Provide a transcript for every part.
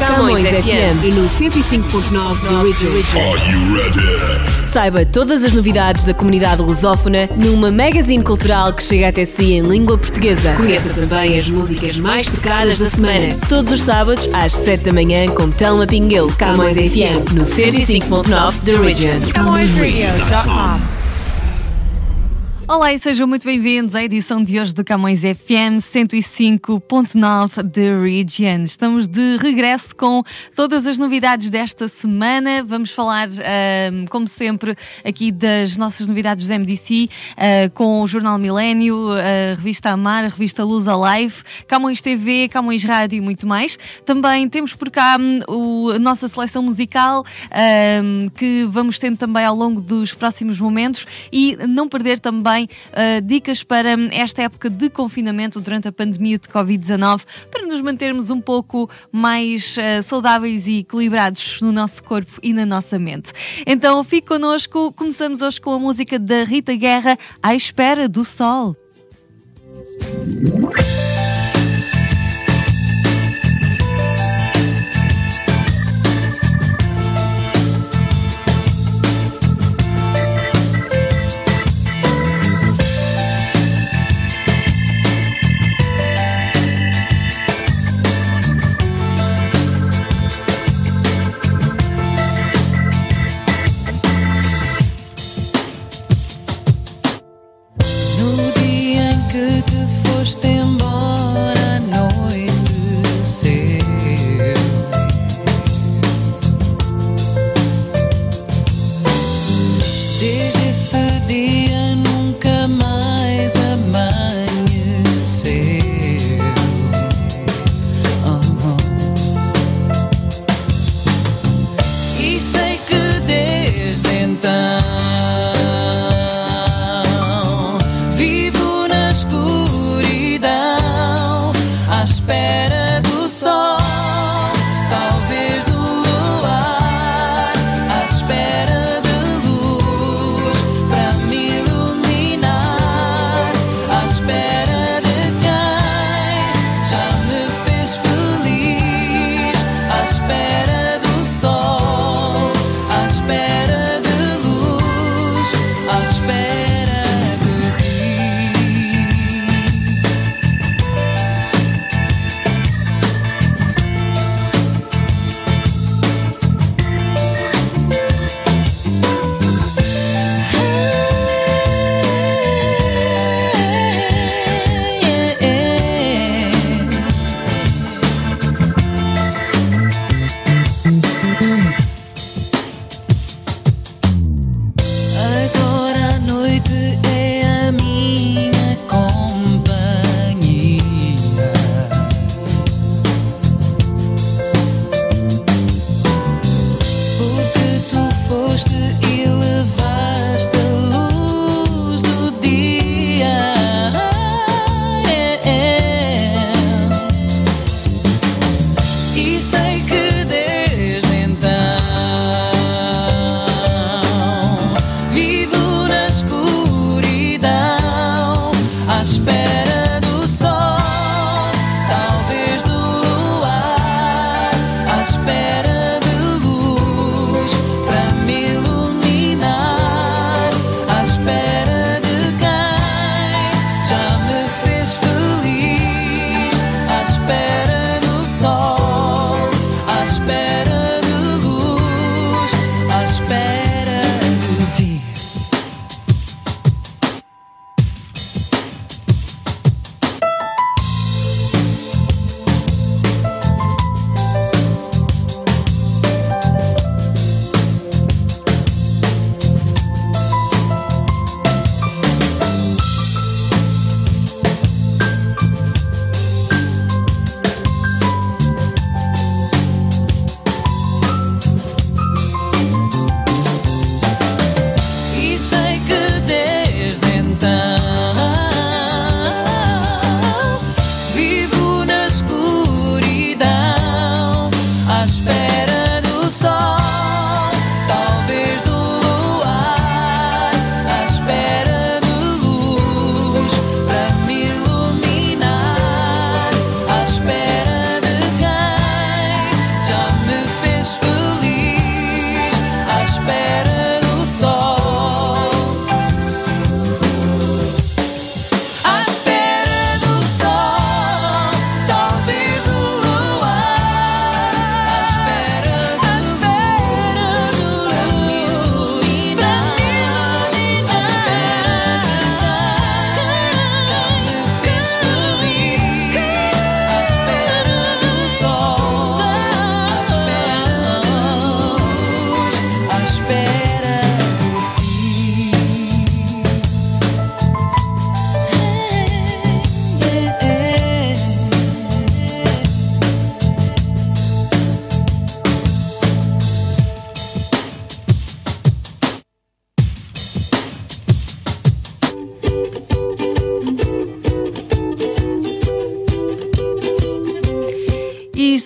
Camões FM e no 105.9 The Region. Are you ready? Saiba todas as novidades da comunidade lusófona numa magazine cultural que chega até si em língua portuguesa. Conheça também as músicas mais tocadas da semana. Todos os sábados às 7 da manhã com Telma Pinguel. Camões FM no 105.9 The Region. CamõesRadio.com. Olá e sejam muito bem-vindos à edição de hoje do Camões FM 105.9 The Region. Estamos de regresso com todas as novidades desta semana. Vamos falar, como sempre, aqui das nossas novidades do MDC, com o Jornal Milênio, a Revista Amar, a Revista Luz Alive, Camões TV, Camões Rádio e muito mais. Também temos por cá a nossa seleção musical, que vamos tendo também ao longo dos próximos momentos, e não perder também dicas para esta época de confinamento durante a pandemia de Covid-19, para nos mantermos um pouco mais saudáveis e equilibrados no nosso corpo e na nossa mente. Então fique connosco, começamos hoje com a música da Rita Guerra, À Espera do Sol.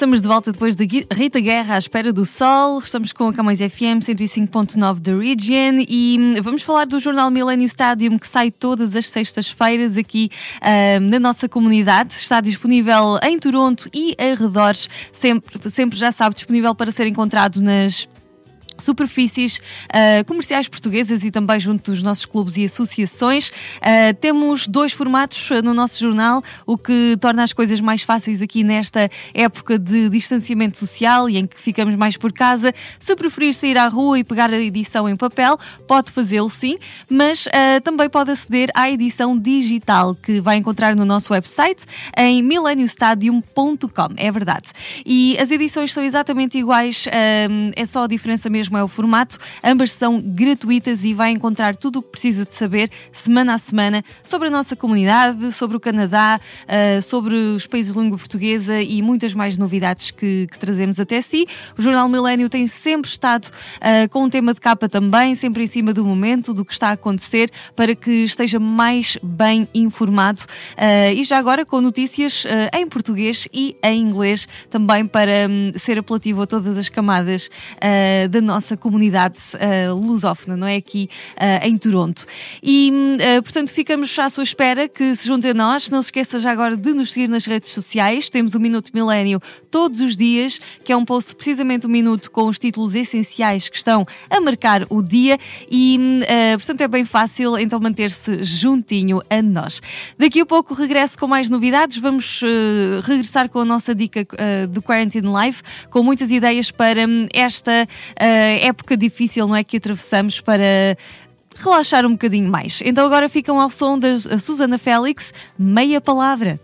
estamos de volta depois da Rita Guerra à espera do sol. Estamos com a Camões FM 105.9 da Region e vamos falar do jornal Millennium Stadium, que sai todas as sextas-feiras aqui na nossa comunidade. Está disponível em Toronto e arredores, sempre já sabe, disponível para ser encontrado nas superfícies comerciais portuguesas e também junto dos nossos clubes e associações. Temos 2 formatos no nosso jornal, o que torna as coisas mais fáceis aqui nesta época de distanciamento social e em que ficamos mais por casa. Se preferir sair à rua e pegar a edição em papel, pode fazê-lo sim, mas também pode aceder à edição digital, que vai encontrar no nosso website em millenniumstadium.com, é verdade. E as edições são exatamente iguais, é só a diferença mesmo é o formato. Ambas são gratuitas e vai encontrar tudo o que precisa de saber semana a semana sobre a nossa comunidade, sobre o Canadá, sobre os países de língua portuguesa e muitas mais novidades que trazemos até si. O Jornal Millennium tem sempre estado com um tema de capa também, sempre em cima do momento, do que está a acontecer, para que esteja mais bem informado e já agora com notícias em português e em inglês também, para ser apelativo a todas as camadas da nossa comunidade lusófona, não é? Aqui em Toronto. E, portanto, ficamos à sua espera que se junte a nós. Não se esqueça já agora de nos seguir nas redes sociais. Temos o Minuto Millennium todos os dias, que é um post precisamente 1 minuto com os títulos essenciais que estão a marcar o dia e, portanto, é bem fácil então manter-se juntinho a nós. Daqui a pouco regresso com mais novidades. Vamos regressar com a nossa dica do Quarantine Live, com muitas ideias para esta época difícil, não é, que atravessamos, para relaxar um bocadinho mais. Então agora ficam ao som da Susana Félix, Meia Palavra.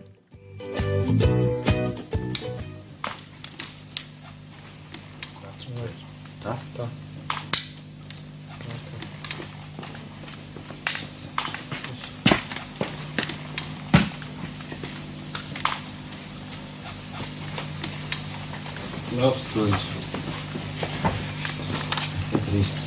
Tá? Tá. Love Stories. Triste.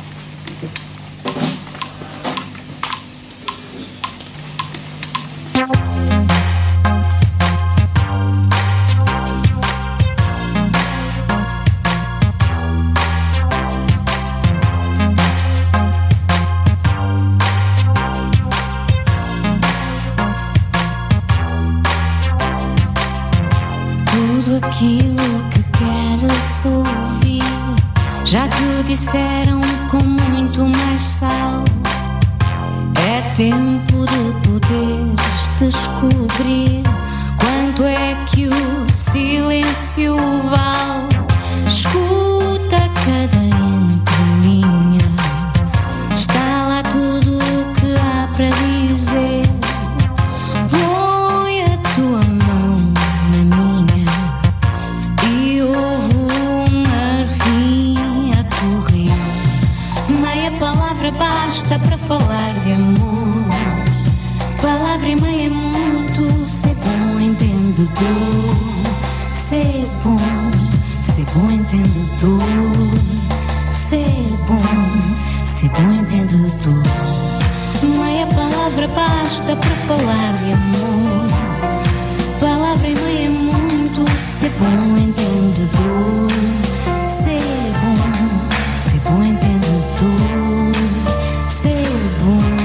Tudo aquilo que queres ouvir já te o disseram com muito mais sal. É tempo de poderes descobrir quanto é que o silêncio vale. Escuta cada entrelinha, está lá tudo o que há para dizer. Põe a tua mão na minha e ouve o marfim a correr. Meia palavra basta para falar de amor. Palavra e meia é muito. Ser bom entendedor. Ser bom entendedor. Ser bom entendedor. Meia palavra basta para falar de amor. Palavra e meia é muito. Ser bom entendedor. Ser bom entendedor. Ser bom.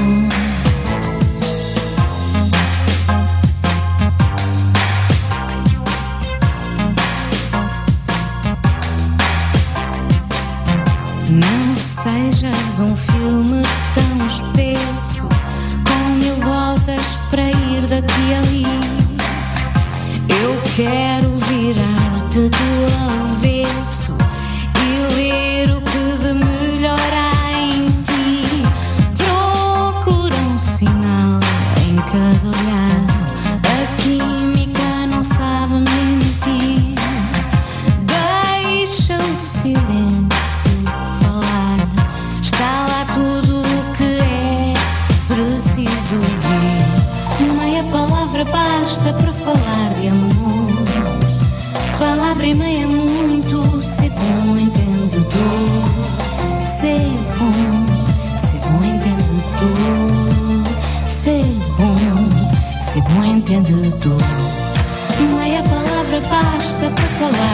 Não sejas um filme tão espesso, com 1000 voltas para ir daqui a ali. Eu quero virar-te do avesso e ler o que de melhor há em ti. Procura um sinal em cada olhar. A química não sabe mentir. Deixa o silêncio falar. Está lá tudo o que é preciso ouvir. Meia palavra basta para falar de amor. Palavra e meia é muito. Ser bom entendedor. Ser bom entendedor. Ser bom entendedor. Meia palavra basta para falar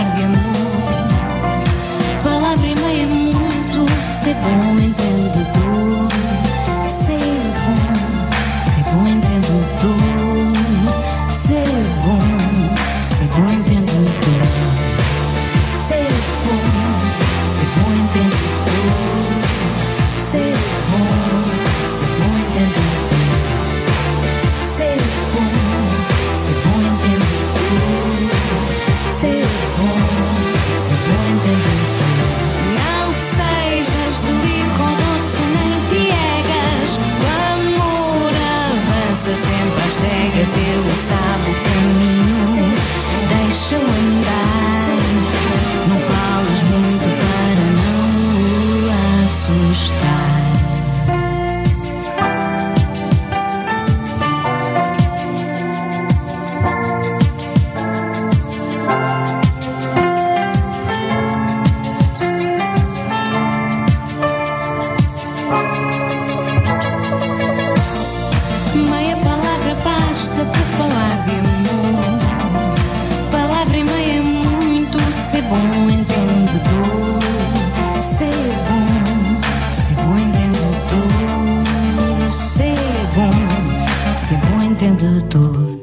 És ele, sabe o caminho, deixa-o andar. Não falas muito para não o assustar. Meia palavra basta para falar de amor. Palavra e meia é muito. Ser bom entendedor. Ser bom entendedor. Ser bom entendedor.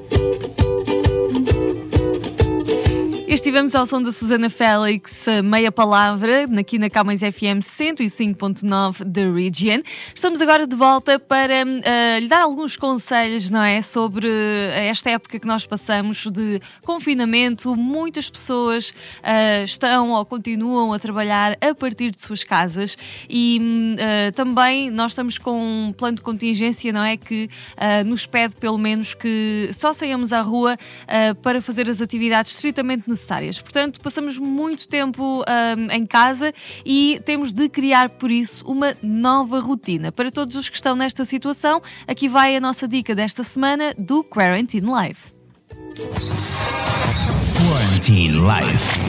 Estivemos ao som da Susana Félix, Meia Palavra, aqui na Camões FM 105.9 da Region. Estamos agora de volta para lhe dar alguns conselhos, não é? Sobre esta época que nós passamos de confinamento. Muitas pessoas estão ou continuam a trabalhar a partir de suas casas e também nós estamos com um plano de contingência, não é? Que nos pede pelo menos que só saiamos à rua para fazer as atividades estritamente necessárias. Portanto, passamos muito tempo em casa e temos de criar, por isso, uma nova rotina. Para todos os que estão nesta situação, aqui vai a nossa dica desta semana do Quarantine Live. Quarantine Life.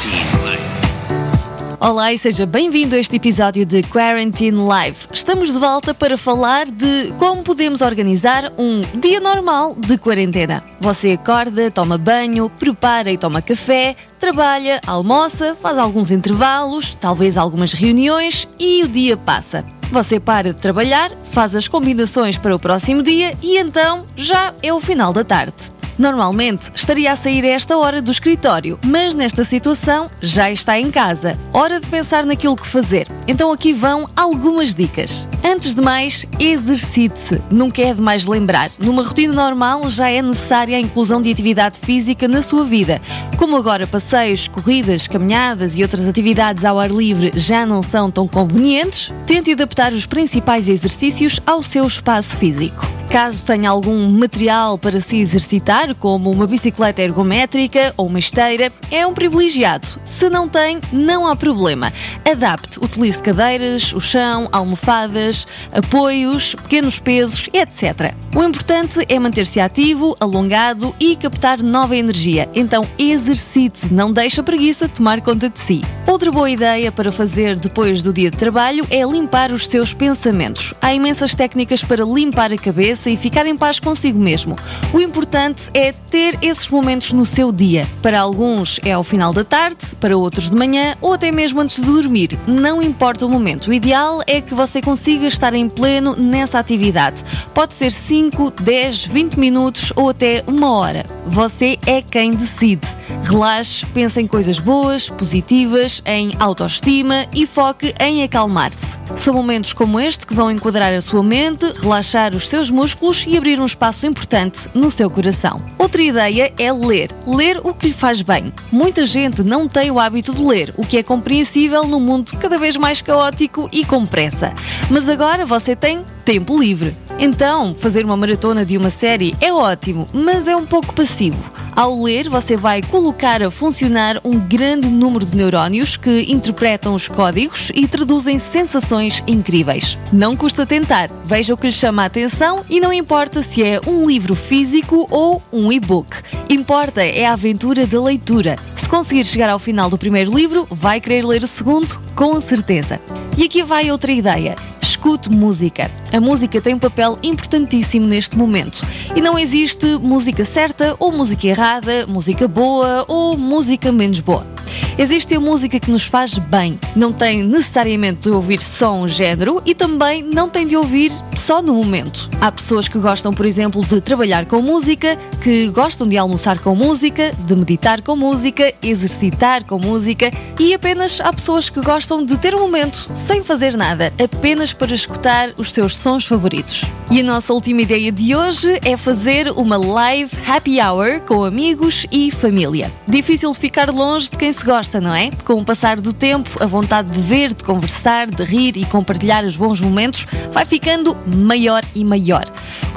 Olá e seja bem-vindo a este episódio de Quarantine Live. Estamos de volta para falar de como podemos organizar um dia normal de quarentena. Você acorda, toma banho, prepara e toma café, trabalha, almoça, faz alguns intervalos, talvez algumas reuniões e o dia passa. Você para de trabalhar, faz as combinações para o próximo dia e então já é o final da tarde. Normalmente estaria a sair a esta hora do escritório, mas nesta situação já está em casa. Hora de pensar naquilo que fazer. Então aqui vão algumas dicas. Antes de mais, exercite-se. Nunca é demais lembrar. Numa rotina normal já é necessária a inclusão de atividade física na sua vida. Como agora passeios, corridas, caminhadas e outras atividades ao ar livre já não são tão convenientes, tente adaptar os principais exercícios ao seu espaço físico. Caso tenha algum material para se exercitar, como uma bicicleta ergométrica ou uma esteira, é um privilegiado. Se não tem, não há problema. Adapte, utilize cadeiras, o chão, almofadas, apoios, pequenos pesos, etc. O importante é manter-se ativo, alongado e captar nova energia. Então exercite, não deixe a preguiça tomar conta de si. Outra boa ideia para fazer depois do dia de trabalho é limpar os seus pensamentos. Há imensas técnicas para limpar a cabeça e ficar em paz consigo mesmo. O importante é ter esses momentos no seu dia. Para alguns é ao final da tarde, para outros de manhã ou até mesmo antes de dormir. Não importa o momento. O ideal é que você consiga estar em pleno nessa atividade. Pode ser 5, 10, 20 minutos ou até 1 hora. Você é quem decide. Relaxe, pense em coisas boas, positivas, em autoestima e foque em acalmar-se. São momentos como este que vão enquadrar a sua mente, relaxar os seus músculos e abrir um espaço importante no seu coração. Outra ideia é ler. Ler o que lhe faz bem. Muita gente não tem o hábito de ler, o que é compreensível num mundo cada vez mais caótico e com pressa. Mas agora você tem tempo livre. Então, fazer uma maratona de uma série é ótimo, mas é um pouco passivo. Ao ler, você vai colocar a funcionar um grande número de neurónios que interpretam os códigos e traduzem sensações incríveis. Não custa tentar, veja o que lhe chama a atenção e não importa se é um livro físico ou um e-book. Importa é a aventura da leitura. Se conseguir chegar ao final do primeiro livro, vai querer ler o segundo, com certeza. E aqui vai outra ideia. Escute música. A música tem um papel importantíssimo neste momento. E não existe música certa ou música errada, música boa ou música menos boa. Existe a música que nos faz bem. Não tem necessariamente de ouvir só um género e também não tem de ouvir só no momento. Há pessoas que gostam, por exemplo, de trabalhar com música, que gostam de almoçar com música, de meditar com música, exercitar com música e apenas há pessoas que gostam de ter um momento sem fazer nada, apenas para escutar os seus sons favoritos. E a nossa última ideia de hoje é fazer uma live happy hour com amigos e família. Difícil ficar longe de quem se gosta, não é? Com o passar do tempo, a vontade de ver, de conversar, de rir e compartilhar os bons momentos vai ficando maior e maior.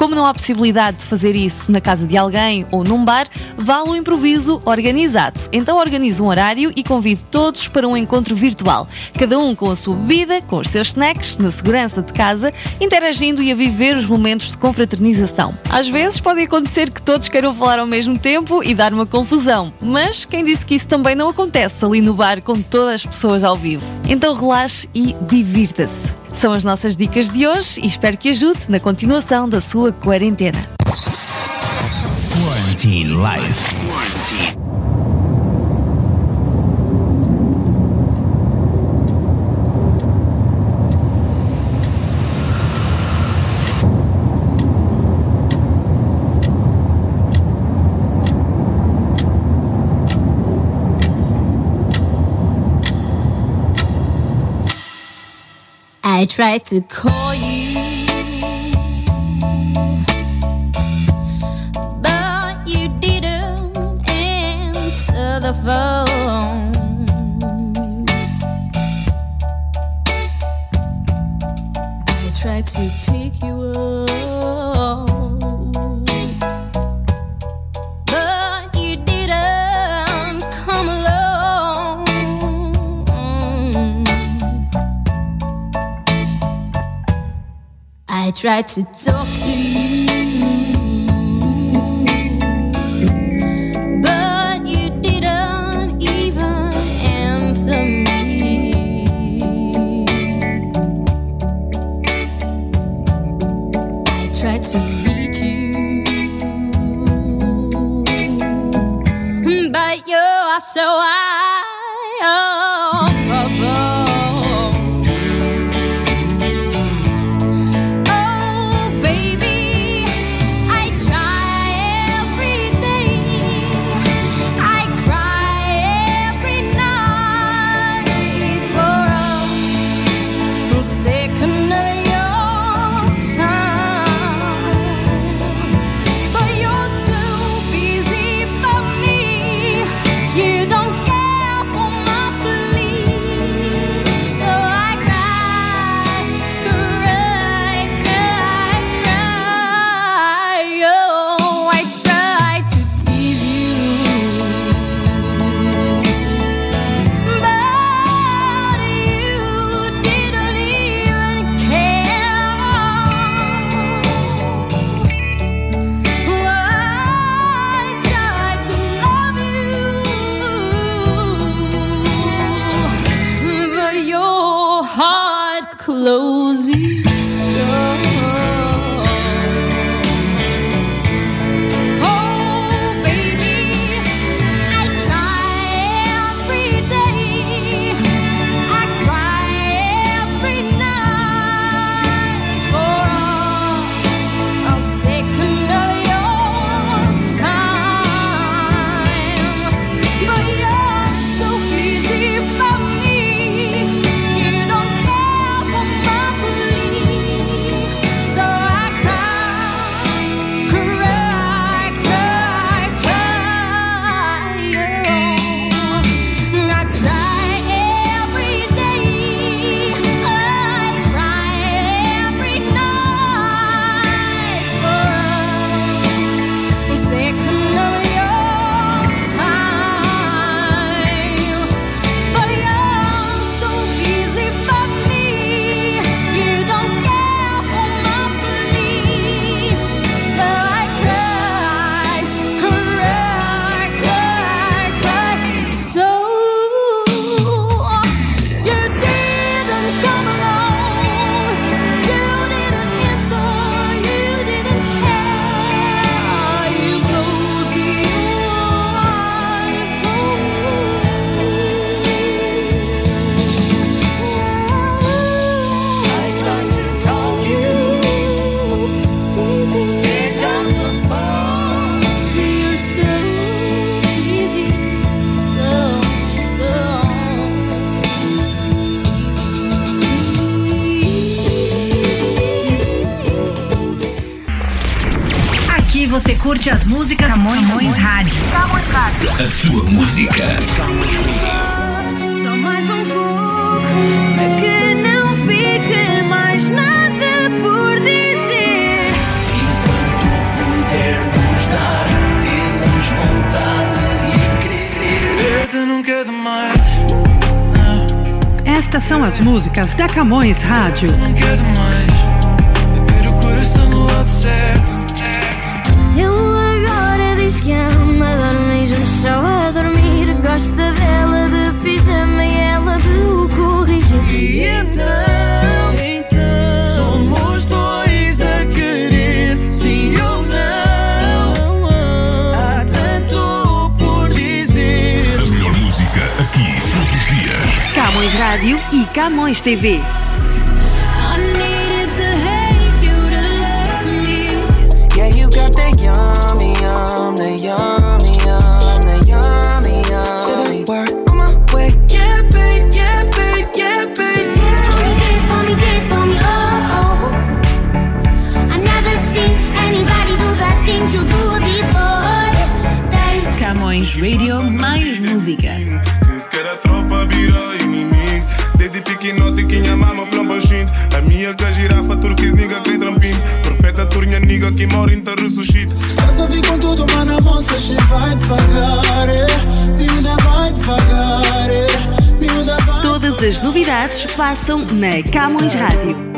Como não há possibilidade de fazer isso na casa de alguém ou num bar, vale o improviso organizado. Então organize um horário e convide todos para um encontro virtual, cada um com a sua bebida, com os seus snacks, na segurança de casa, interagindo e a viver os momentos de confraternização. Às vezes pode acontecer que todos queiram falar ao mesmo tempo e dar uma confusão, mas quem disse que isso também não acontece ali no bar com todas as pessoas ao vivo? Então relaxe e divirta-se. São as nossas dicas de hoje e espero que ajude na continuação da sua quarentena. Quarantine Life. I tried to call you, but you didn't answer the phone. I tried to pick you up, but you didn't come along. I tried to talk to you, but you didn't even answer me. I tried to reach you, but you're so high above. Closing você curte as músicas Camões Rádio. A sua música. Só mais um pouco, para que não fique mais nada por dizer. Apresentação às músicas da Camões Rádio. Não quero mais ter o coração no lado certo. Ele agora diz que ama, dorme juntos só a dormir. Gosta dela de pijama e ela de o corrigir. E então somos dois a querer, sim ou não. Há tanto por dizer. A melhor música aqui, todos os dias. Camões Rádio e Camões TV. I needed to hate you to love me. Yeah, you got that yummy, the yummy, the yummy, say the word on my way. Yeah, babe, yeah, babe, yeah, babe. Dance for me, oh, oh. I never seen anybody do the things you do before. Camões Radio mais música. Diz que era tropa, vira inimigo. Desde pequenote que minha mama flampa xinte. A minha que a girafa, turquês, niga, que trampinho. Profeta, turnia, niga, que mora em terruço shit. Estás a vir com tudo, mas na moça che vai devagar, miúda vai devagar, miúda vai. Todas as novidades passam na Camões Rádio.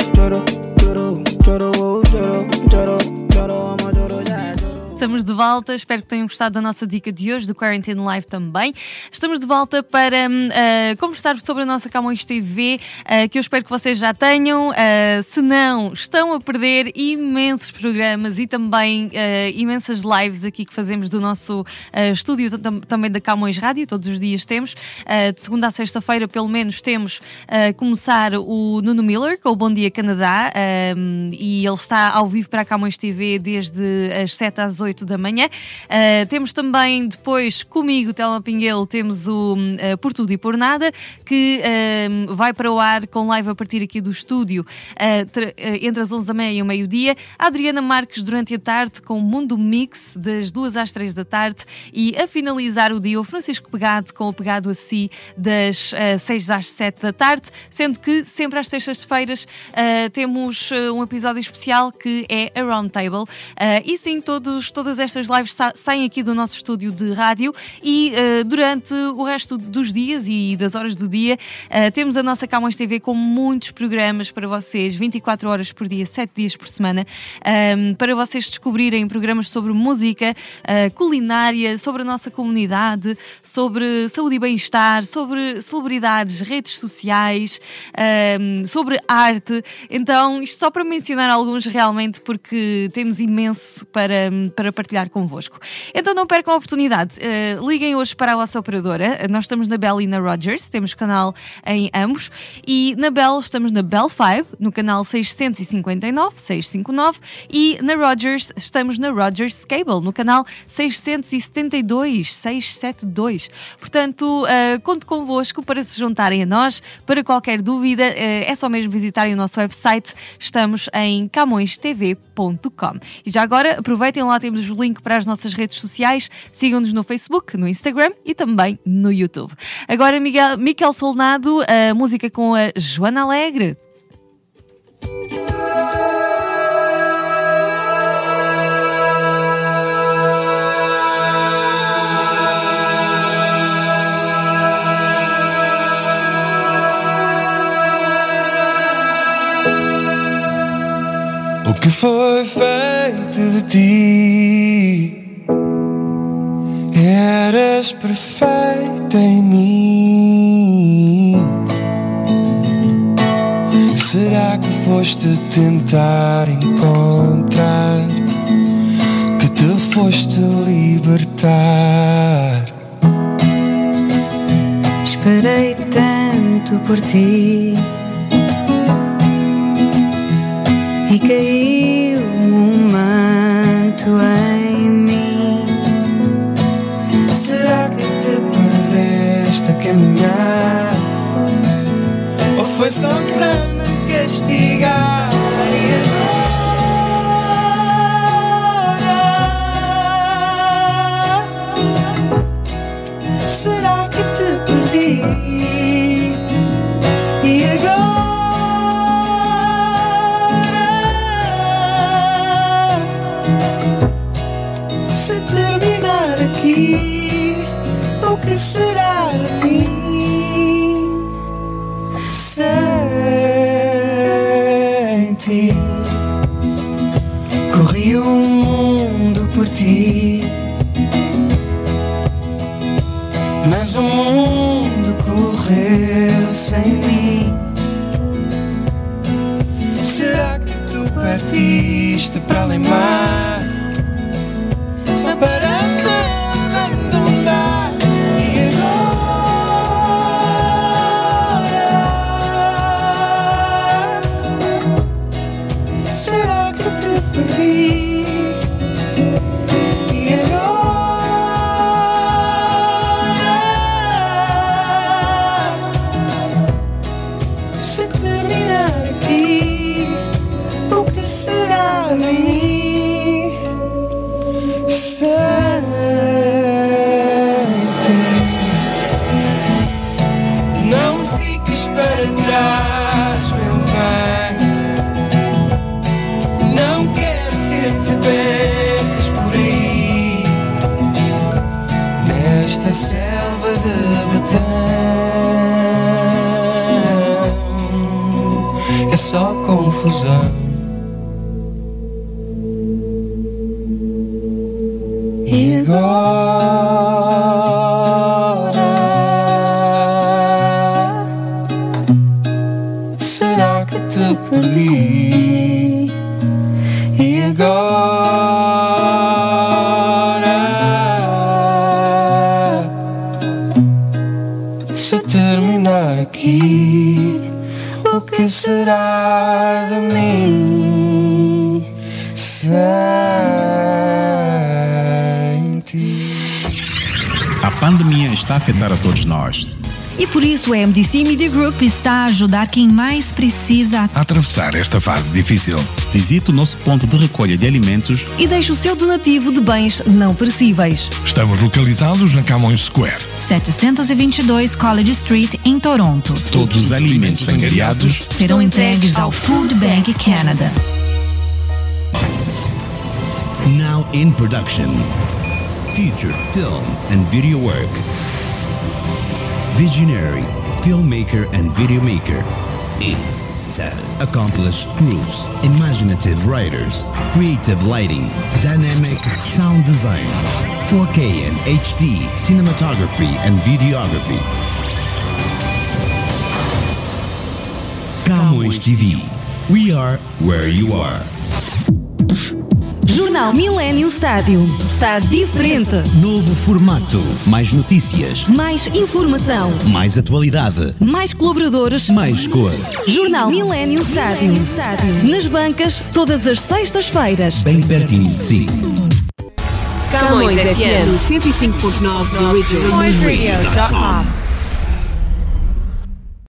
Estamos de volta, espero que tenham gostado da nossa dica de hoje, do Quarantine Live também. Estamos de volta para conversar sobre a nossa Camões TV, que eu espero que vocês já tenham. Se não, estão a perder imensos programas e também imensas lives aqui que fazemos do nosso estúdio, também da Camões Rádio. Todos os dias temos, de segunda a sexta-feira pelo menos, temos começar o Nuno Miller com o Bom Dia Canadá, e ele está ao vivo para a Camões TV desde as 7 às 8 da manhã. Temos também depois comigo, Telma Pinguelo, temos o Por Tudo e Por Nada, que vai para o ar com live a partir aqui do estúdio entre as 11h30 e o meio-dia. A Adriana Marques durante a tarde com o Mundo Mix das 2 às 3 da tarde, e a finalizar o dia o Francisco Pegado com o Pegado a Si das 6 às 7 da tarde, sendo que sempre às sextas-feiras temos um episódio especial que é a Roundtable, e sim, todas estas lives saem aqui do nosso estúdio de rádio, e durante o resto dos dias e das horas do dia temos a nossa Camões TV com muitos programas para vocês, 24 horas por dia, 7 dias por semana, para vocês descobrirem programas sobre música, culinária, sobre a nossa comunidade, sobre saúde e bem-estar, sobre celebridades, redes sociais, sobre arte. Então, isto só para mencionar alguns realmente, porque temos imenso para partilhar convosco. Então não percam a oportunidade. Liguem hoje para a vossa operadora. Nós estamos na Bell e na Rogers, temos canal em ambos, e na Bell estamos na Bell 5, no canal 659, e na Rogers estamos na Rogers Cable, no canal 672. Portanto, conto convosco para se juntarem a nós. Para qualquer dúvida, é só mesmo visitarem o nosso website. Estamos em CamõesTV.com. E já agora, aproveitem, lá temos o link para as nossas redes sociais. Sigam-nos no Facebook, no Instagram e também no YouTube. Agora, Miquel Solnado, a música com a Joana Alegre. O que foi feito de ti? Eras perfeita em mim. Será que foste tentar encontrar, que te foste libertar? Esperei tanto por ti e caiu um manto em mim. Será que te perdeste a caminhar? Ou foi só para me castigar? E agora? Será que te perdi? E agora? Se terminar aqui, o que será de mim? ti. Corri o mundo por ti, mas o mundo correu sem mim. Será que tu partiste para além mar, só para me abandonar? E agora, será que te perdi? E agora, se terminar aqui, o que será de mim sem ti? Não fiques para trás, meu bem. Não quero que te percas por aí, nesta selva de betão. É só confusão. E agora, será que te perdi? E agora, se terminar aqui, o que será de mim sem ti? A pandemia está a afetar a todos nós. E por isso a MDC Media Group está a ajudar quem mais precisa a atravessar esta fase difícil. Visite o nosso ponto de recolha de alimentos E deixe o seu donativo de bens não perecíveis. Estamos localizados na Camões Square. 722 College Street, em Toronto. Todos os alimentos angariados Serão entregues ao Food Bank Canada. Now in production. Feature film and video work. Visionary filmmaker and video maker. 7 accomplished crews, imaginative writers, creative lighting, dynamic sound design, 4K and HD cinematography and videography. Camões TV. We are where you are. Jornal Millennium Stádio. Está diferente. Novo formato. Mais notícias. Mais informação. Mais atualidade. Mais colaboradores. Mais cor. Jornal Millennium Stádio. Nas bancas, todas as sextas-feiras. Bem pertinho de si. Camões FM 105.9 The Original. CamõesRadio.com